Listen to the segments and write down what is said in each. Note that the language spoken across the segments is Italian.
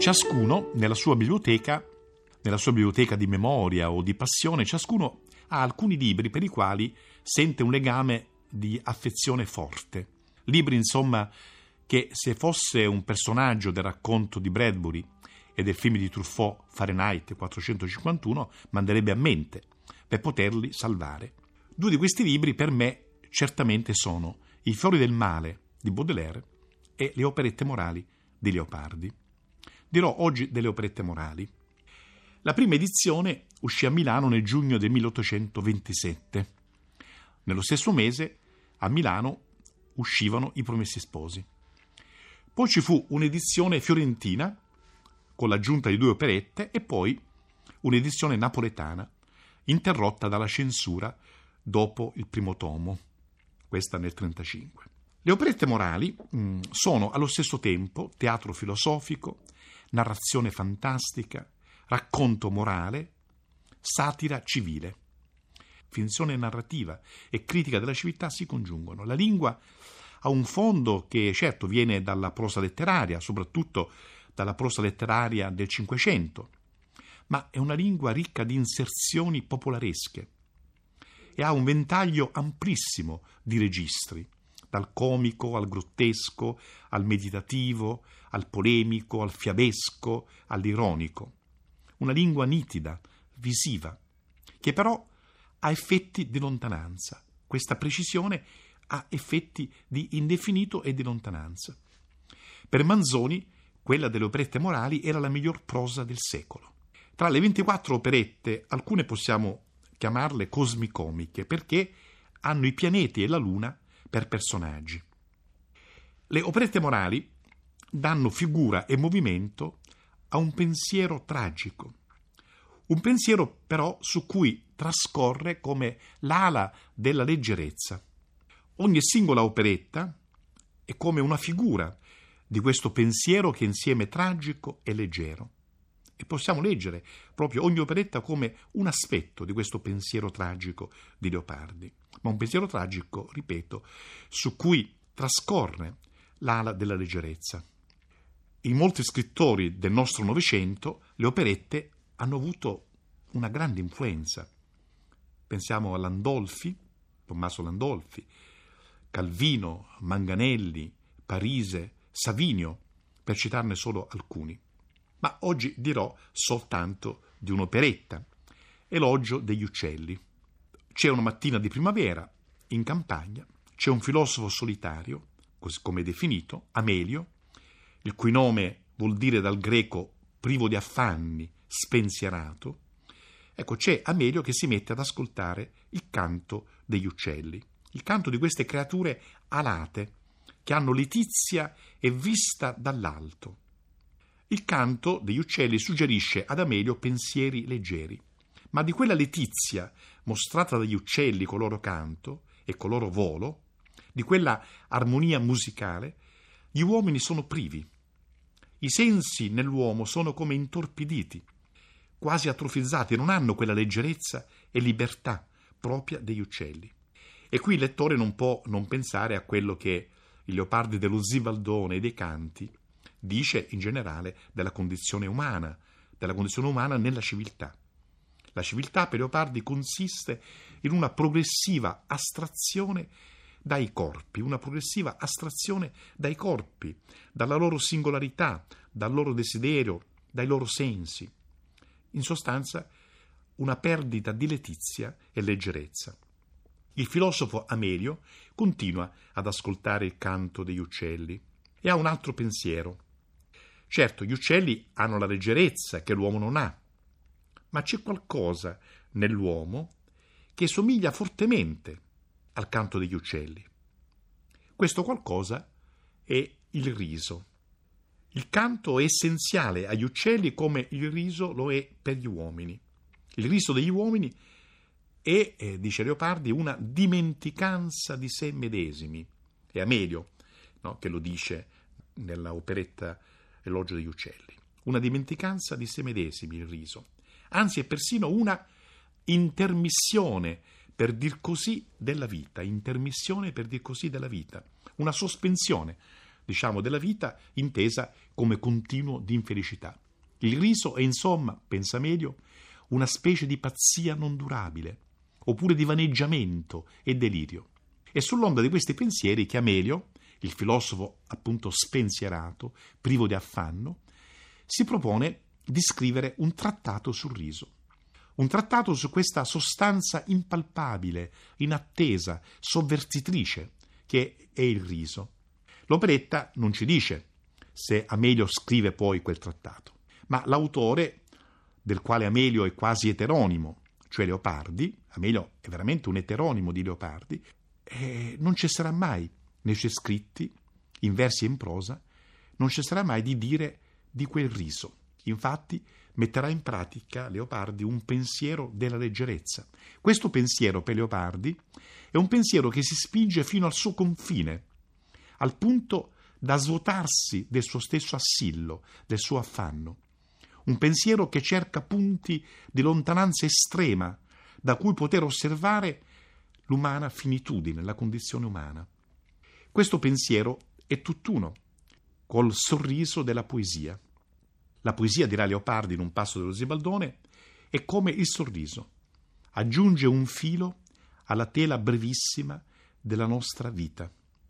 Ciascuno nella sua biblioteca di memoria o di passione, ciascuno ha alcuni libri per i quali sente un legame di affezione forte. Libri, insomma, che se fosse un personaggio del racconto di Bradbury e del film di Truffaut Fahrenheit 451 manderebbe a mente per poterli salvare. Due di questi libri per me certamente sono I fiori del male di Baudelaire e Le operette morali di Leopardi. Dirò oggi delle operette morali. La prima edizione uscì a Milano nel giugno del 1827. Nello stesso mese a Milano uscivano I Promessi Sposi. Poi ci fu un'edizione fiorentina con l'aggiunta di 2 operette e poi un'edizione napoletana interrotta dalla censura dopo il primo tomo, questa nel 1935. Le operette morali sono allo stesso tempo teatro filosofico, narrazione fantastica, racconto morale, satira civile. Finzione narrativa e critica della civiltà si congiungono. La lingua ha un fondo che certo viene dalla prosa letteraria, soprattutto dalla prosa letteraria del Cinquecento, ma è una lingua ricca di inserzioni popolaresche e ha un ventaglio amplissimo di registri, dal comico al grottesco, al meditativo, al polemico, al fiabesco, all'ironico. Una lingua nitida, visiva, che però ha effetti di lontananza. Questa precisione ha effetti di indefinito e di lontananza. Per Manzoni, quella delle operette morali era la miglior prosa del secolo. Tra le 24 operette, alcune possiamo chiamarle cosmicomiche, perché hanno i pianeti e la luna per personaggi. Le operette morali danno figura e movimento a un pensiero tragico, un pensiero però su cui trascorre come l'ala della leggerezza. Ogni singola operetta è come una figura di questo pensiero che è insieme tragico e leggero. E possiamo leggere proprio ogni operetta come un aspetto di questo pensiero tragico di Leopardi. Ma un pensiero tragico, ripeto, su cui trascorre l'ala della leggerezza. In molti scrittori del nostro Novecento le operette hanno avuto una grande influenza. Pensiamo a Landolfi, Tommaso Landolfi, Calvino, Manganelli, Parise, Savinio, per citarne solo alcuni. Ma oggi dirò soltanto di un'operetta, Elogio degli uccelli. C'è una mattina di primavera, in campagna, c'è un filosofo solitario, così come è definito, Amelio, il cui nome vuol dire dal greco privo di affanni, spensierato. Ecco, c'è Amelio che si mette ad ascoltare il canto degli uccelli, il canto di queste creature alate, che hanno letizia e vista dall'alto. Il canto degli uccelli suggerisce ad Amelio pensieri leggeri, ma di quella letizia mostrata dagli uccelli col loro canto e col loro volo, di quella armonia musicale, gli uomini sono privi. I sensi nell'uomo sono come intorpiditi, quasi atrofizzati, non hanno quella leggerezza e libertà propria degli uccelli. E qui il lettore non può non pensare a quello che il Leopardi dello Zibaldone e dei Canti dice in generale della condizione umana nella civiltà. La civiltà per Leopardi consiste in una progressiva astrazione dai corpi, dalla loro singolarità, dal loro desiderio, dai loro sensi. In sostanza, una perdita di letizia e leggerezza. Il filosofo Amelio continua ad ascoltare il canto degli uccelli e ha un altro pensiero. Certo, gli uccelli hanno la leggerezza che l'uomo non ha, ma c'è qualcosa nell'uomo che somiglia fortemente al canto degli uccelli. Questo qualcosa è il riso. Il canto è essenziale agli uccelli come il riso lo è per gli uomini. Il riso degli uomini è, dice Leopardi, una dimenticanza di sé medesimi. È Amelio, no, che lo dice nella operetta Elogio degli uccelli. Una dimenticanza di sé medesimi, il riso. Anzi, è persino una intermissione, per dir così, della vita. Una sospensione della vita, intesa come continuo di infelicità. Il riso è, insomma, pensa Amelio, una specie di pazzia non durabile, oppure di vaneggiamento e delirio. È sull'onda di questi pensieri che Amelio, il filosofo appunto spensierato, privo di affanno, si propone di scrivere un trattato sul riso. Un trattato su questa sostanza impalpabile, inattesa, sovvertitrice, che è il riso. L'operetta non ci dice se Amelio scrive poi quel trattato, ma l'autore, del quale Amelio è quasi eteronimo, cioè Leopardi, Amelio è veramente un eteronimo di Leopardi, non cesserà mai nei suoi scritti, in versi e in prosa, non cesserà mai di dire di quel riso. Infatti metterà in pratica Leopardi un pensiero della leggerezza. Questo pensiero per Leopardi è un pensiero che si spinge fino al suo confine, al punto da svuotarsi del suo stesso assillo, del suo affanno. Un pensiero che cerca punti di lontananza estrema da cui poter osservare l'umana finitudine, la condizione umana. Questo pensiero è tutt'uno col sorriso della poesia. La poesia, dirà Leopardi in un passo dello Zibaldone, è come il sorriso. Aggiunge un filo alla tela brevissima della nostra vita.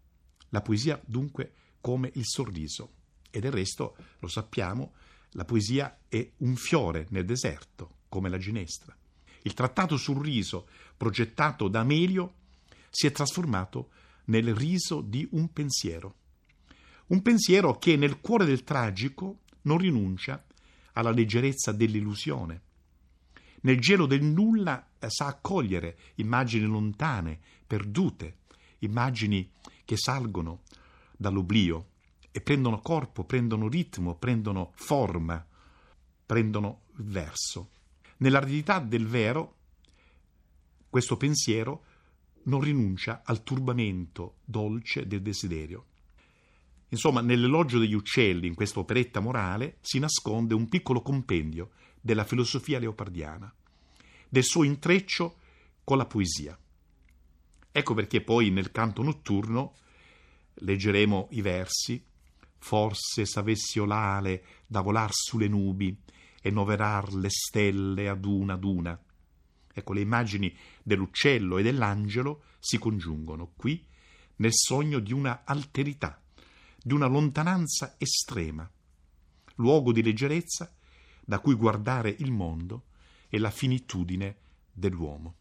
La poesia, dunque, come il sorriso. E del resto, lo sappiamo, la poesia è un fiore nel deserto, come la ginestra. Il trattato sul riso, progettato da Amelio, si è trasformato nel riso di un pensiero. Un pensiero che nel cuore del tragico non rinuncia alla leggerezza dell'illusione. Nel gelo del nulla sa accogliere immagini lontane, perdute, immagini che salgono dall'oblio e prendono corpo, prendono ritmo, prendono forma, prendono verso. Nell'aridità del vero, questo pensiero non rinuncia al turbamento dolce del desiderio. Insomma, nell'Elogio degli uccelli, in questa operetta morale, si nasconde un piccolo compendio della filosofia leopardiana, del suo intreccio con la poesia. Ecco perché poi nel canto notturno leggeremo i versi: forse s'avessi olale da volar sulle nubi e noverar le stelle ad una. Ecco, le immagini dell'uccello e dell'angelo si congiungono qui nel sogno di una alterità, di una lontananza estrema, luogo di leggerezza da cui guardare il mondo e la finitudine dell'uomo.